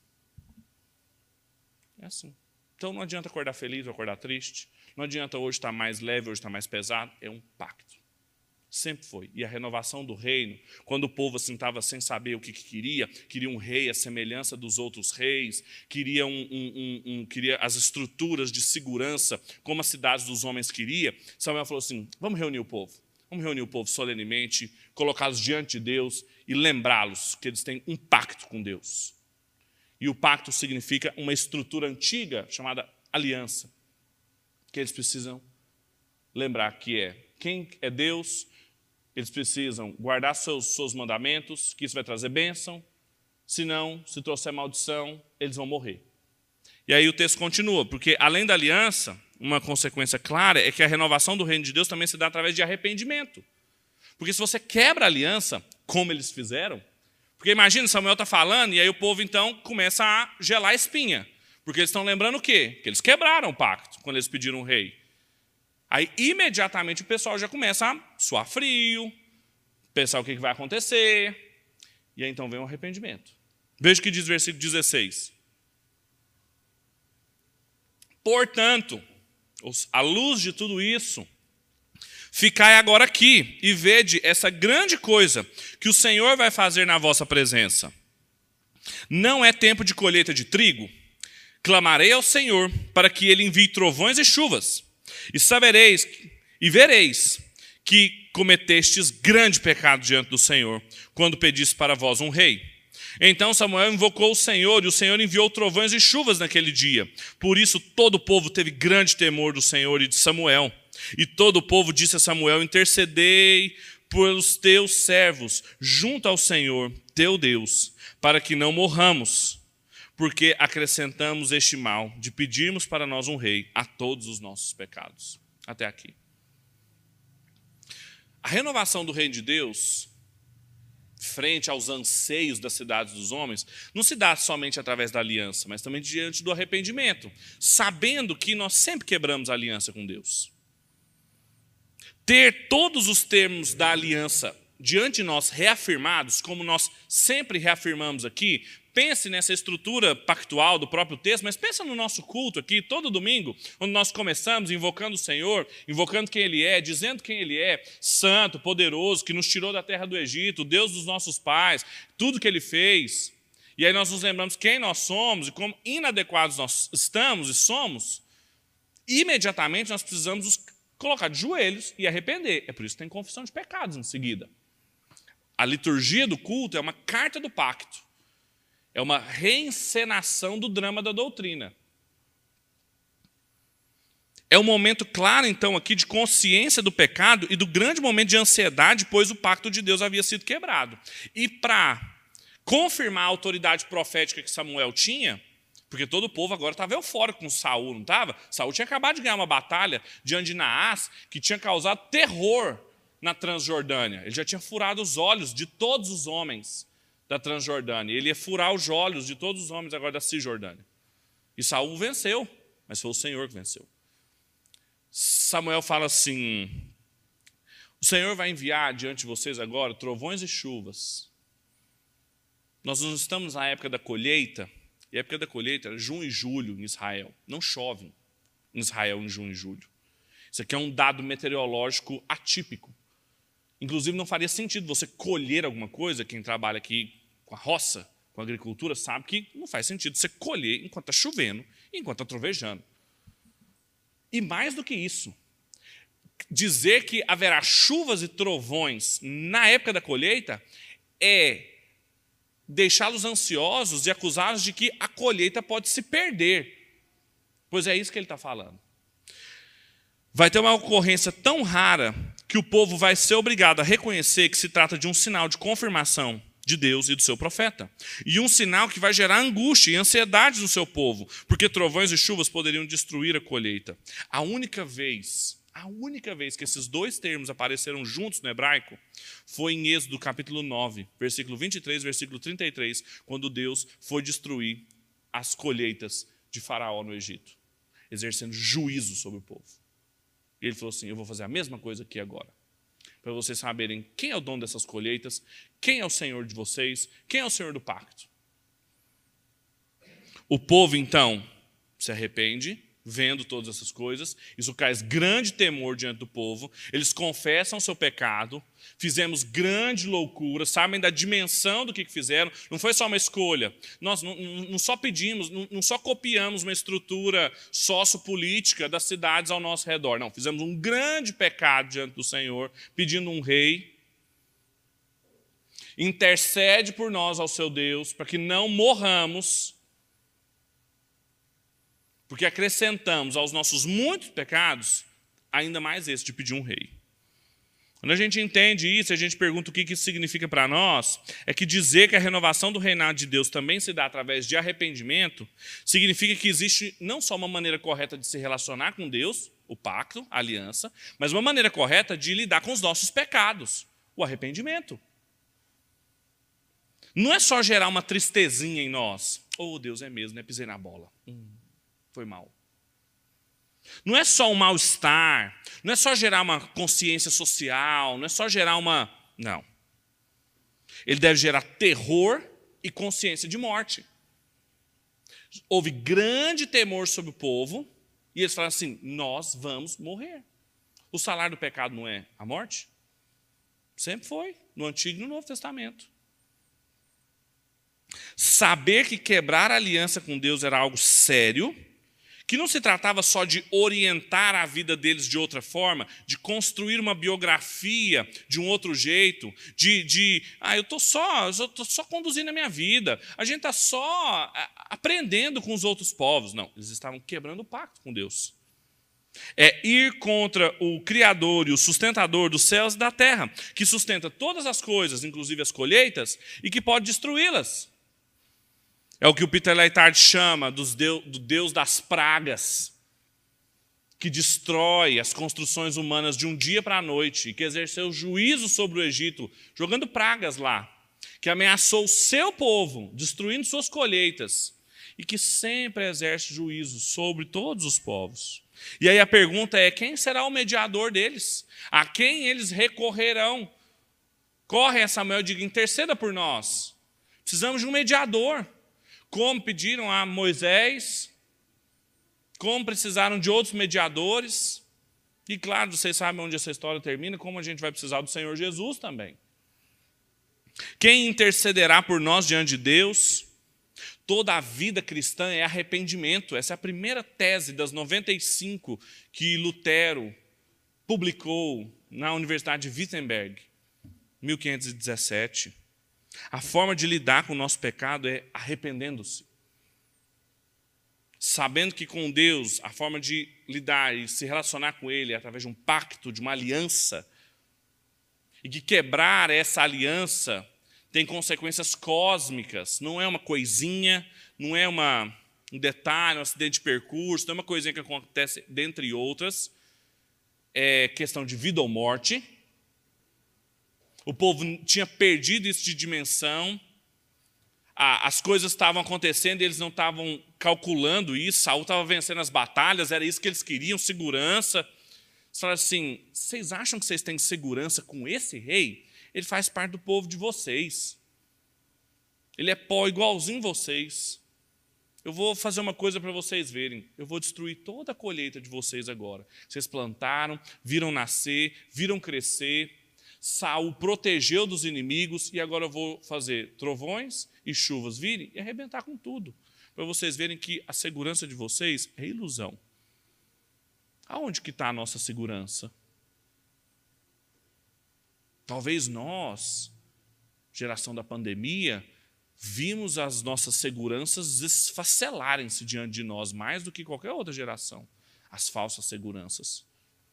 É assim. Então não adianta acordar feliz ou acordar triste. Não adianta hoje estar mais leve, hoje estar mais pesado. É um pacto. Sempre foi. E a renovação do reino, quando o povo assim estava sem saber o que, que queria, queria um rei à semelhança dos outros reis, queria, um, um, um, um, queria as estruturas de segurança, como as cidades dos homens queria, Samuel falou assim, vamos reunir o povo. Vamos reunir o povo solenemente, colocá-los diante de Deus e lembrá-los que eles têm um pacto com Deus. E o pacto significa uma estrutura antiga chamada aliança, que eles precisam lembrar que é quem é Deus, eles precisam guardar seus, seus mandamentos, que isso vai trazer bênção, senão, se trouxer maldição, eles vão morrer. E aí o texto continua, porque além da aliança, uma consequência clara é que a renovação do reino de Deus também se dá através de arrependimento. Porque se você quebra a aliança, como eles fizeram, porque imagina, Samuel está falando e aí o povo então começa a gelar a espinha. Porque eles estão lembrando o quê? Que eles quebraram o pacto quando eles pediram um rei. Aí, imediatamente, o pessoal já começa a suar frio, pensar o que vai acontecer. E aí, então, vem um arrependimento. Veja o que diz o versículo dezesseis. Portanto, à luz de tudo isso, ficai agora aqui e vede essa grande coisa que o Senhor vai fazer na vossa presença. Não é tempo de colheita de trigo? Clamarei ao Senhor para que ele envie trovões e chuvas. E sabereis e vereis que cometestes grande pecado diante do Senhor, quando pediste para vós um rei. Então Samuel invocou o Senhor, e o Senhor enviou trovões e chuvas naquele dia. Por isso todo o povo teve grande temor do Senhor e de Samuel. E todo o povo disse a Samuel, intercedei pelos teus servos, junto ao Senhor, teu Deus, para que não morramos, porque acrescentamos este mal de pedirmos para nós um rei a todos os nossos pecados. Até aqui. A renovação do reino de Deus, frente aos anseios das cidades dos homens, não se dá somente através da aliança, mas também diante do arrependimento, sabendo que nós sempre quebramos a aliança com Deus. Ter todos os termos da aliança diante de nós reafirmados, como nós sempre reafirmamos aqui. Pense nessa estrutura pactual do próprio texto, mas pensa no nosso culto aqui, todo domingo, onde nós começamos invocando o Senhor, invocando quem Ele é, dizendo quem Ele é, santo, poderoso, que nos tirou da terra do Egito, Deus dos nossos pais, tudo que Ele fez. E aí nós nos lembramos quem nós somos e como inadequados nós estamos e somos. imediatamente nós precisamos nos colocar de joelhos e arrepender. É por isso que tem confissão de pecados em seguida. A liturgia do culto é uma carta do pacto. É uma reencenação do drama da doutrina. É um momento claro, então, aqui de consciência do pecado e do grande momento de ansiedade, pois o pacto de Deus havia sido quebrado. E para confirmar a autoridade profética que Samuel tinha, porque todo o povo agora estava eufórico com Saul, não estava? Saul tinha acabado de ganhar uma batalha diante de Naás que tinha causado terror na Transjordânia. Ele já tinha furado os olhos de todos os homens da Transjordânia. Ele ia furar os olhos de todos os homens agora da Cisjordânia. E Saul venceu, mas foi o Senhor que venceu. Samuel fala assim: o Senhor vai enviar diante de vocês agora trovões e chuvas. Nós não estamos na época da colheita, e a época da colheita era junho e julho em Israel. Não chove em Israel em junho e julho. Isso aqui é um dado meteorológico atípico. Inclusive, não faria sentido você colher alguma coisa. Quem trabalha aqui com a roça, com a agricultura, sabe que não faz sentido você colher enquanto está chovendo e enquanto está trovejando. E mais do que isso, dizer que haverá chuvas e trovões na época da colheita é deixá-los ansiosos e acusá-los de que a colheita pode se perder. Pois é isso que ele está falando. Vai ter uma ocorrência tão rara que o povo vai ser obrigado a reconhecer que se trata de um sinal de confirmação de Deus e do seu profeta. E um sinal que vai gerar angústia e ansiedade no seu povo, porque trovões e chuvas poderiam destruir a colheita. A única vez, a única vez que esses dois termos apareceram juntos no hebraico foi em Êxodo capítulo nove, versículo vinte e três, versículo trinta e três, quando Deus foi destruir as colheitas de Faraó no Egito, exercendo juízo sobre o povo. E ele falou assim: eu vou fazer a mesma coisa aqui agora, para vocês saberem quem é o dono dessas colheitas, quem é o Senhor de vocês, quem é o Senhor do pacto. O povo, então, se arrepende, vendo todas essas coisas. Isso causa grande temor diante do povo. Eles confessam seu pecado. Fizemos grande loucura, sabem da dimensão do que fizeram. Não foi só uma escolha. Nós não, não só pedimos, não, não só copiamos uma estrutura sociopolítica das cidades ao nosso redor. Não, fizemos um grande pecado diante do Senhor, pedindo um rei. Intercede por nós ao seu Deus, para que não morramos, porque acrescentamos aos nossos muitos pecados ainda mais esse de pedir um rei. Quando a gente entende isso, a gente pergunta o que isso significa para nós, é que dizer que a renovação do reinado de Deus também se dá através de arrependimento, significa que existe não só uma maneira correta de se relacionar com Deus, o pacto, a aliança, mas uma maneira correta de lidar com os nossos pecados, o arrependimento. Não é só gerar uma tristezinha em nós. Oh, Deus, é mesmo, né? Pisei na bola. Hum, foi mal. Não é só um mal-estar, não é só gerar uma consciência social, não é só gerar uma... Não. Ele deve gerar terror e consciência de morte. Houve grande temor sobre o povo e eles falaram assim: nós vamos morrer. O salário do pecado não é a morte? Sempre foi, no Antigo e no Novo Testamento. Saber que quebrar a aliança com Deus era algo sério, que não se tratava só de orientar a vida deles de outra forma, de construir uma biografia de um outro jeito, de, de ah, eu estou só, eu tô só conduzindo a minha vida, a gente está só aprendendo com os outros povos. Não, eles estavam quebrando o pacto com Deus. É ir contra o Criador e o sustentador dos céus e da terra, que sustenta todas as coisas, inclusive as colheitas, e que pode destruí-las. É o que o Peter Leitard chama dos Deus, do Deus das pragas, que destrói as construções humanas de um dia para a noite, e que exerceu juízo sobre o Egito, jogando pragas lá, que ameaçou o seu povo, destruindo suas colheitas, e que sempre exerce juízo sobre todos os povos. E aí a pergunta é: quem será o mediador deles? A quem eles recorrerão? Corre a Samuel e diga: interceda por nós. Precisamos de um mediador. Como pediram a Moisés, como precisaram de outros mediadores. E claro, vocês sabem onde essa história termina, como a gente vai precisar do Senhor Jesus também. Quem intercederá por nós diante de Deus? Toda a vida cristã é arrependimento. Essa é a primeira tese das noventa e cinco que Lutero publicou na Universidade de Wittenberg, mil quinhentos e dezessete. A forma de lidar com o nosso pecado é arrependendo-se. Sabendo que com Deus, a forma de lidar e se relacionar com Ele é através de um pacto, de uma aliança, e que quebrar essa aliança tem consequências cósmicas, não é uma coisinha, não é uma, um detalhe, um acidente de percurso, não é uma coisinha que acontece dentre outras, é questão de vida ou morte. O povo tinha perdido isso de dimensão, as coisas estavam acontecendo e eles não estavam calculando isso, Saul estava vencendo as batalhas, era isso que eles queriam, segurança. Eles falaram assim, vocês acham que vocês têm segurança com esse rei? Ele faz parte do povo de vocês. Ele é pó igualzinho vocês. Eu vou fazer uma coisa para vocês verem. Eu vou destruir toda a colheita de vocês agora. Vocês plantaram, viram nascer, viram crescer. Saul protegeu dos inimigos e agora eu vou fazer trovões e chuvas virem e arrebentar com tudo. Para vocês verem que a segurança de vocês é ilusão. Aonde que está a nossa segurança? Talvez nós, geração da pandemia, vimos as nossas seguranças esfacelarem-se diante de nós, mais do que qualquer outra geração, as falsas seguranças.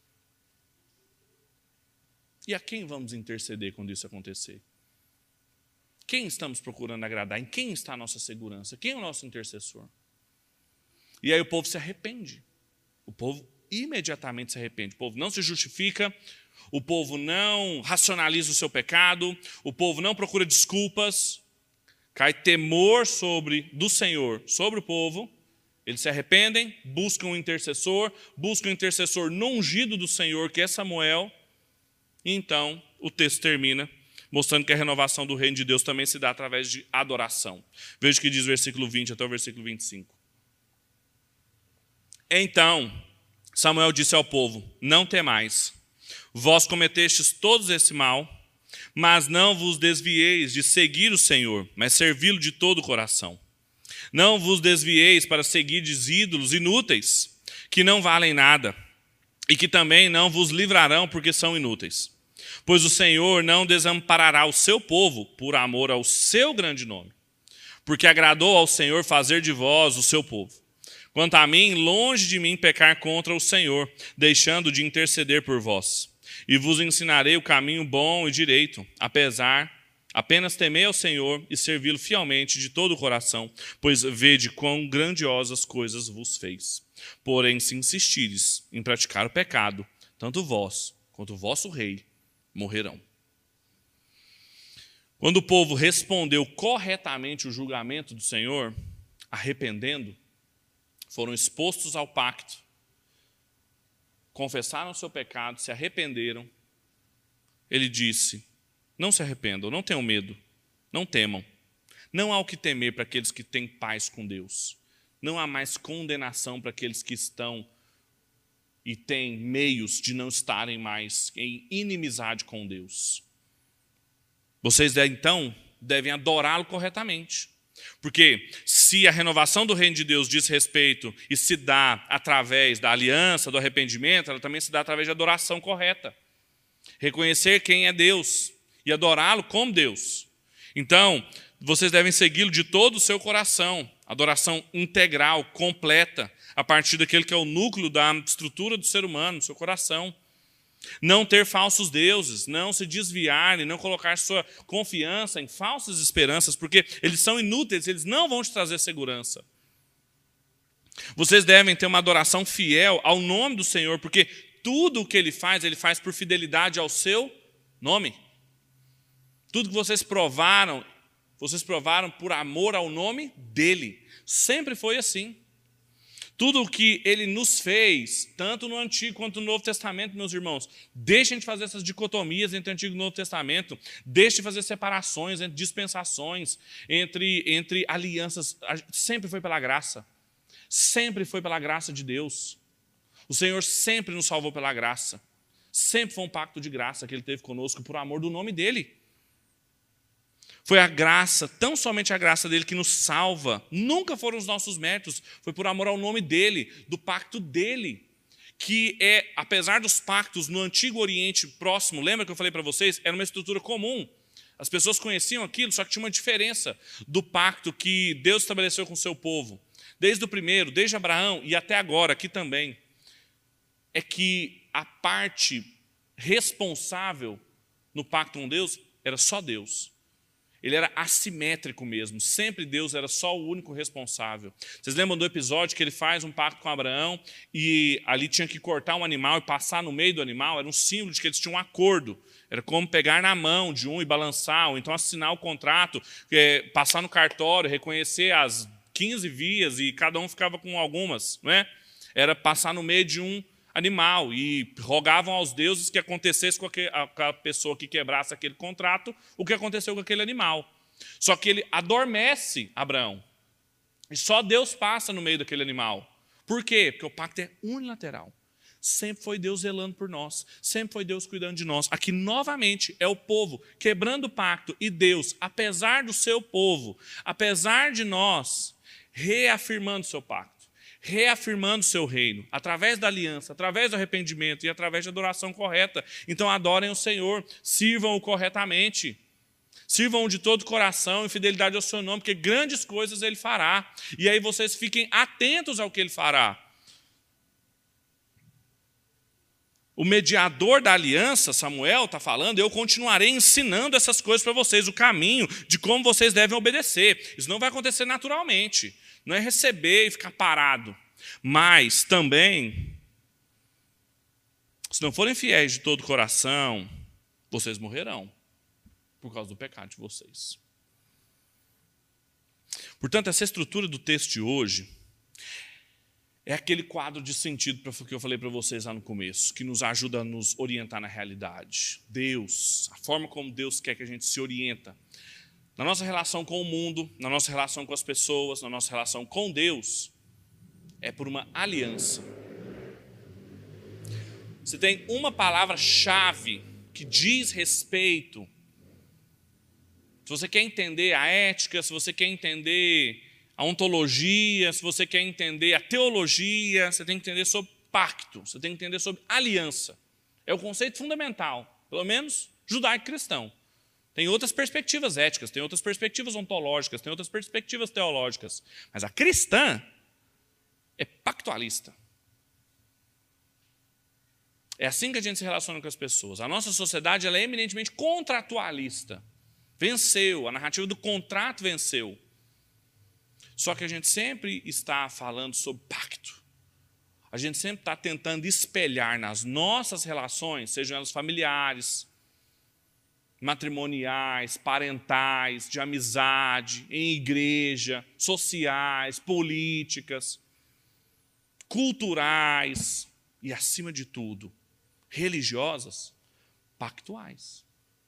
E a quem vamos interceder quando isso acontecer? Quem estamos procurando agradar? Em quem está a nossa segurança? Quem é o nosso intercessor? E aí o povo se arrepende. O povo imediatamente se arrepende. O povo não se justifica, o povo não racionaliza o seu pecado, o povo não procura desculpas, cai temor sobre, do Senhor sobre o povo, eles se arrependem, buscam um intercessor, buscam um intercessor no ungido do Senhor, que é Samuel, e então o texto termina mostrando que a renovação do reino de Deus também se dá através de adoração. Veja o que diz o versículo vinte até o versículo vinte e cinco. Então Samuel disse ao povo, não temais, vós cometestes todos esse mal, mas não vos desvieis de seguir o Senhor, mas servi-lo de todo o coração. Não vos desvieis para seguirdes ídolos inúteis, que não valem nada, e que também não vos livrarão porque são inúteis. Pois o Senhor não desamparará o seu povo por amor ao seu grande nome, porque agradou ao Senhor fazer de vós o seu povo. Quanto a mim, longe de mim pecar contra o Senhor, deixando de interceder por vós. E vos ensinarei o caminho bom e direito, apesar, apenas temei ao Senhor e servi-lo fielmente de todo o coração, pois vede quão grandiosas coisas vos fez. Porém, se insistires em praticar o pecado, tanto vós quanto o vosso rei morrerão. Quando o povo respondeu corretamente o julgamento do Senhor, arrependendo, foram expostos ao pacto, confessaram o seu pecado, se arrependeram. Ele disse, não se arrependam, não tenham medo, não temam. Não há o que temer para aqueles que têm paz com Deus. Não há mais condenação para aqueles que estão e têm meios de não estarem mais em inimizade com Deus. Vocês, então, devem adorá-lo corretamente. Porque se a renovação do reino de Deus diz respeito e se dá através da aliança, do arrependimento, ela também se dá através de adoração correta. Reconhecer quem é Deus e adorá-lo como Deus. Então, vocês devem segui-lo de todo o seu coração. Adoração integral, completa, a partir daquele que é o núcleo da estrutura do ser humano, do seu coração. Não ter falsos deuses, não se desviar e não colocar sua confiança em falsas esperanças, porque eles são inúteis, eles não vão te trazer segurança. Vocês devem ter uma adoração fiel ao nome do Senhor, porque tudo o que Ele faz, Ele faz por fidelidade ao seu nome. Tudo que vocês provaram, vocês provaram por amor ao nome dEle. Sempre foi assim. Tudo o que Ele nos fez, tanto no Antigo quanto no Novo Testamento, meus irmãos, deixem de fazer essas dicotomias entre o Antigo e o Novo Testamento, deixem de fazer separações, entre dispensações, entre, entre alianças. Sempre foi pela graça. Sempre foi pela graça de Deus. O Senhor sempre nos salvou pela graça. Sempre foi um pacto de graça que Ele teve conosco por amor do nome dEle. Foi a graça, tão somente a graça dele que nos salva. Nunca foram os nossos méritos, foi por amor ao nome dele, do pacto dele. Que é, apesar dos pactos no Antigo Oriente Próximo, lembra que eu falei para vocês? Era uma estrutura comum. As pessoas conheciam aquilo, só que tinha uma diferença do pacto que Deus estabeleceu com o seu povo. Desde o primeiro, desde Abraão e até agora, aqui também. É que a parte responsável no pacto com Deus era só Deus. Ele era assimétrico mesmo, sempre Deus era só o único responsável. Vocês lembram do episódio que ele faz um pacto com Abraão e ali tinha que cortar um animal e passar no meio do animal? Era um símbolo de que eles tinham um acordo. Era como pegar na mão de um e balançar, ou então assinar o contrato, é, passar no cartório, reconhecer as quinze vias e cada um ficava com algumas. Não é? Era passar no meio de um animal e rogavam aos deuses que acontecesse com a pessoa que quebrasse aquele contrato, o que aconteceu com aquele animal. Só que ele adormece Abraão. E só Deus passa no meio daquele animal. Por quê? Porque o pacto é unilateral. Sempre foi Deus zelando por nós. Sempre foi Deus cuidando de nós. Aqui, novamente, é o povo quebrando o pacto. E Deus, apesar do seu povo, apesar de nós, reafirmando o seu pacto. Reafirmando o seu reino, através da aliança, através do arrependimento e através da adoração correta. Então adorem o Senhor, sirvam-o corretamente, sirvam-o de todo o coração, em fidelidade ao seu nome, porque grandes coisas ele fará. E aí vocês fiquem atentos ao que ele fará. O mediador da aliança, Samuel, está falando, eu continuarei ensinando essas coisas para vocês, o caminho de como vocês devem obedecer. Isso não vai acontecer naturalmente. Não é receber e ficar parado. Mas também, se não forem fiéis de todo o coração, vocês morrerão por causa do pecado de vocês. Portanto, essa estrutura do texto de hoje é aquele quadro de sentido que eu falei para vocês lá no começo, que nos ajuda a nos orientar na realidade. Deus, a forma como Deus quer que a gente se orienta. Na nossa relação com o mundo, na nossa relação com as pessoas, na nossa relação com Deus, é por uma aliança. Você tem uma palavra-chave que diz respeito. Se você quer entender a ética, se você quer entender a ontologia, se você quer entender a teologia, você tem que entender sobre pacto, você tem que entender sobre aliança. É o conceito fundamental, pelo menos judaico-cristão. Tem outras perspectivas éticas, tem outras perspectivas ontológicas, tem outras perspectivas teológicas. Mas a cristã é pactualista. É assim que a gente se relaciona com as pessoas. A nossa sociedade ela é eminentemente contratualista. Venceu, a narrativa do contrato venceu. Só que a gente sempre está falando sobre pacto. A gente sempre está tentando espelhar nas nossas relações, sejam elas familiares, matrimoniais, parentais, de amizade, em igreja, sociais, políticas, culturais e, acima de tudo, religiosas, pactuais.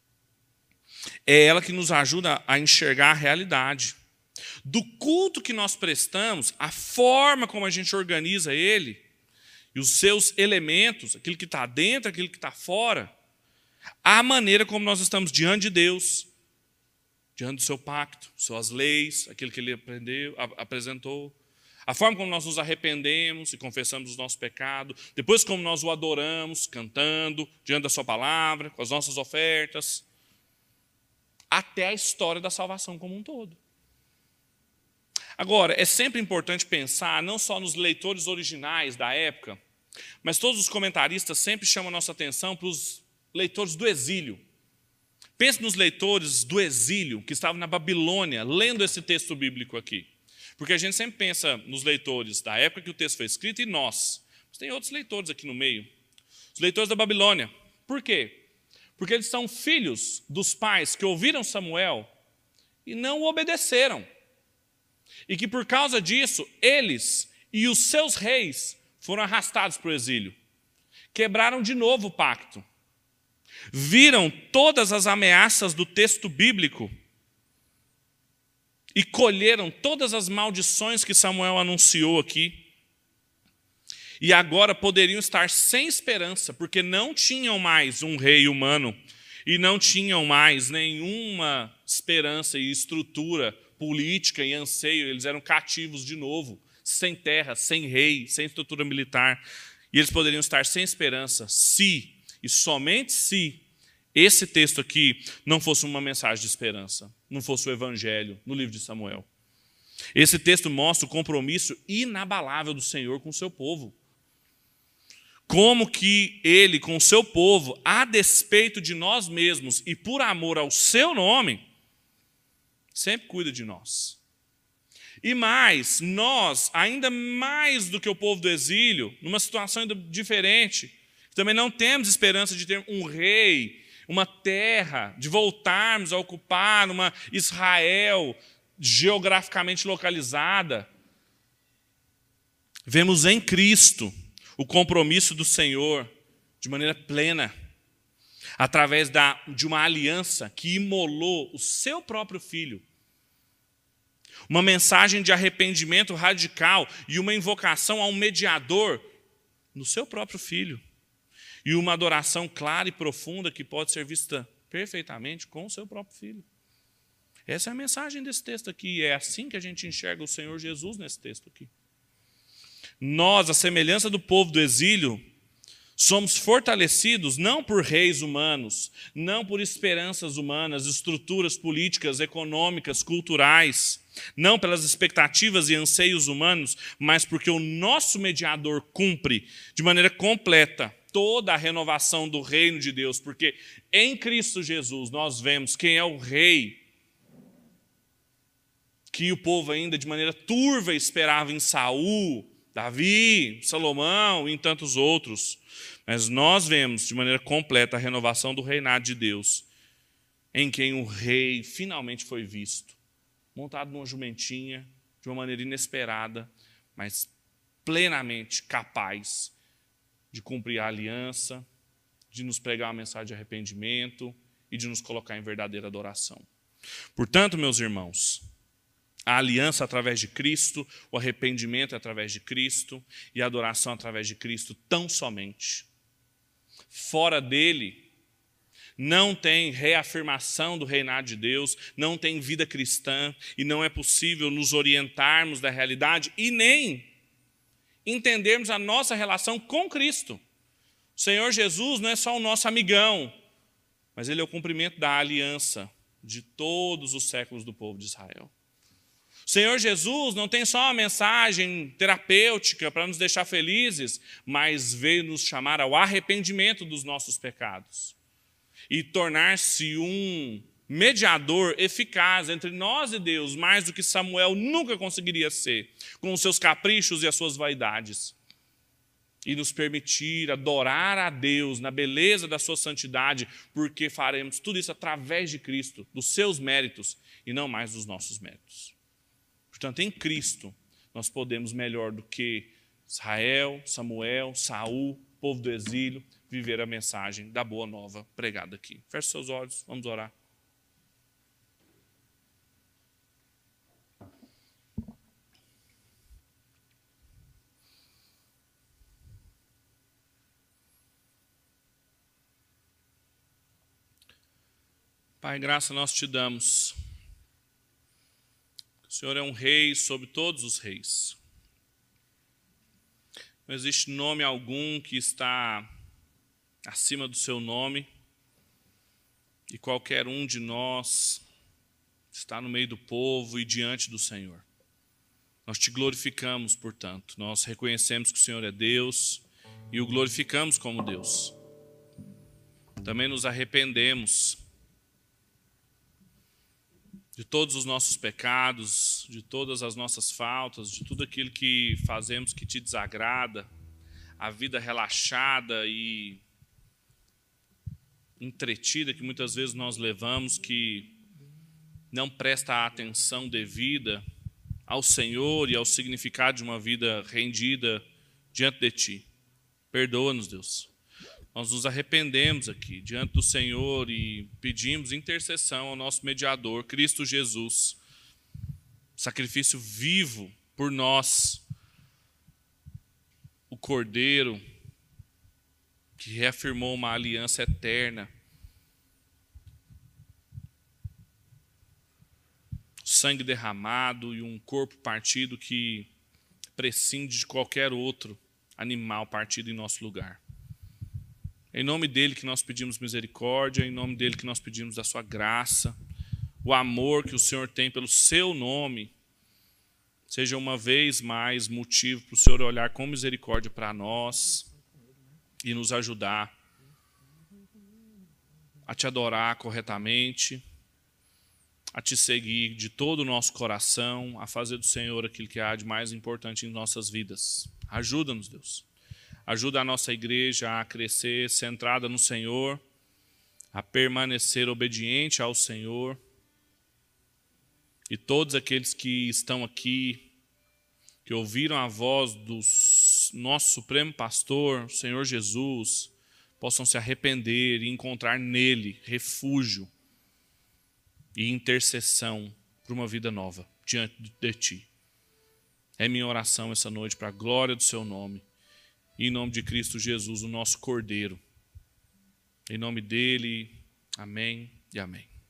É ela que nos ajuda a enxergar a realidade. Do culto que nós prestamos, a forma como a gente organiza ele e os seus elementos, aquilo que está dentro, aquilo que está fora, a maneira como nós estamos diante de Deus, diante do seu pacto, suas leis, aquilo que ele aprendeu, apresentou, a forma como nós nos arrependemos e confessamos os nossos pecados, depois como nós o adoramos, cantando, diante da sua palavra, com as nossas ofertas, até a história da salvação como um todo. Agora, é sempre importante pensar não só nos leitores originais da época, mas todos os comentaristas sempre chamam a nossa atenção para os leitores do exílio. Pense nos leitores do exílio que estavam na Babilônia, lendo esse texto bíblico aqui. Porque a gente sempre pensa nos leitores da época que o texto foi escrito e nós. Mas tem outros leitores aqui no meio. Os leitores da Babilônia. Por quê? Porque eles são filhos dos pais que ouviram Samuel e não o obedeceram. E que por causa disso, eles e os seus reis foram arrastados para o exílio. Quebraram de novo o pacto. Viram todas as ameaças do texto bíblico e colheram todas as maldições que Samuel anunciou aqui. E agora poderiam estar sem esperança, porque não tinham mais um rei humano. e não tinham mais nenhuma esperança e estrutura política e anseio. Eles eram cativos de novo, sem terra, sem rei, sem estrutura militar. E eles poderiam estar sem esperança se, e somente se, esse texto aqui não fosse uma mensagem de esperança, não fosse o Evangelho no livro de Samuel. Esse texto mostra o compromisso inabalável do Senhor com o seu povo. Como que ele, com o seu povo, a despeito de nós mesmos e por amor ao seu nome, sempre cuida de nós. E mais, nós, ainda mais do que o povo do exílio, numa situação ainda diferente, também não temos esperança de ter um rei, uma terra, de voltarmos a ocupar uma Israel geograficamente localizada. Vemos em Cristo o compromisso do Senhor de maneira plena, através da, de uma aliança que imolou o seu próprio Filho. Uma mensagem de arrependimento radical e uma invocação a um mediador no seu próprio Filho. E uma adoração clara e profunda que pode ser vista perfeitamente com o seu próprio Filho. Essa é a mensagem desse texto aqui. É assim que a gente enxerga o Senhor Jesus nesse texto aqui. Nós, à semelhança do povo do exílio, somos fortalecidos não por reis humanos, não por esperanças humanas, estruturas políticas, econômicas, culturais, não pelas expectativas e anseios humanos, mas porque o nosso mediador cumpre de maneira completa toda a renovação do reino de Deus, porque em Cristo Jesus nós vemos quem é o rei que o povo ainda de maneira turva esperava em Saul, Davi, Salomão e em tantos outros. Mas nós vemos de maneira completa a renovação do reinado de Deus, em quem o rei finalmente foi visto, montado numa jumentinha, de uma maneira inesperada, mas plenamente capaz de cumprir a aliança, de nos pregar uma mensagem de arrependimento e de nos colocar em verdadeira adoração. Portanto, meus irmãos, a aliança através de Cristo, o arrependimento através de Cristo e a adoração através de Cristo tão somente. Fora dele, não tem reafirmação do reinado de Deus, não tem vida cristã e não é possível nos orientarmos da realidade e nem entendermos a nossa relação com Cristo. O Senhor Jesus não é só o nosso amigão, mas ele é o cumprimento da aliança de todos os séculos do povo de Israel. O Senhor Jesus não tem só uma mensagem terapêutica para nos deixar felizes, mas veio nos chamar ao arrependimento dos nossos pecados e tornar-se um mediador eficaz entre nós e Deus, mais do que Samuel nunca conseguiria ser, com os seus caprichos e as suas vaidades, e nos permitir adorar a Deus na beleza da sua santidade, porque faremos tudo isso através de Cristo, dos seus méritos e não mais dos nossos méritos. Portanto, em Cristo, nós podemos melhor do que Israel, Samuel, Saul, povo do exílio, viver a mensagem da boa nova pregada aqui. Feche seus olhos, vamos orar. Pai, graça nós te damos. O Senhor é um rei sobre todos os reis. Não existe nome algum que está acima do seu nome. E qualquer um de nós está no meio do povo e diante do Senhor. Nós te glorificamos, portanto. Nós reconhecemos que o Senhor é Deus e o glorificamos como Deus. Também nos arrependemos de todos os nossos pecados, de todas as nossas faltas, de tudo aquilo que fazemos que te desagrada, a vida relaxada e entretida que muitas vezes nós levamos, que não presta a atenção devida ao Senhor e ao significado de uma vida rendida diante de Ti. Perdoa-nos, Deus. Nós nos arrependemos aqui diante do Senhor e pedimos intercessão ao nosso mediador, Cristo Jesus, sacrifício vivo por nós, o Cordeiro que reafirmou uma aliança eterna sangue derramado e um corpo partido que prescinde de qualquer outro animal partido em nosso lugar. Em nome dele que nós pedimos misericórdia, em nome dele que nós pedimos da sua graça, o amor que o Senhor tem pelo seu nome, seja uma vez mais motivo para o Senhor olhar com misericórdia para nós e nos ajudar a te adorar corretamente, a te seguir de todo o nosso coração, a fazer do Senhor aquilo que há de mais importante em nossas vidas. Ajuda-nos, Deus. Ajuda a nossa igreja a crescer centrada no Senhor, a permanecer obediente ao Senhor. E todos aqueles que estão aqui, que ouviram a voz do nosso Supremo Pastor, o Senhor Jesus, possam se arrepender e encontrar nele refúgio e intercessão para uma vida nova diante de Ti. É minha oração essa noite para a glória do Seu nome. E em nome de Cristo Jesus, o nosso Cordeiro. Em nome dele, amém e amém.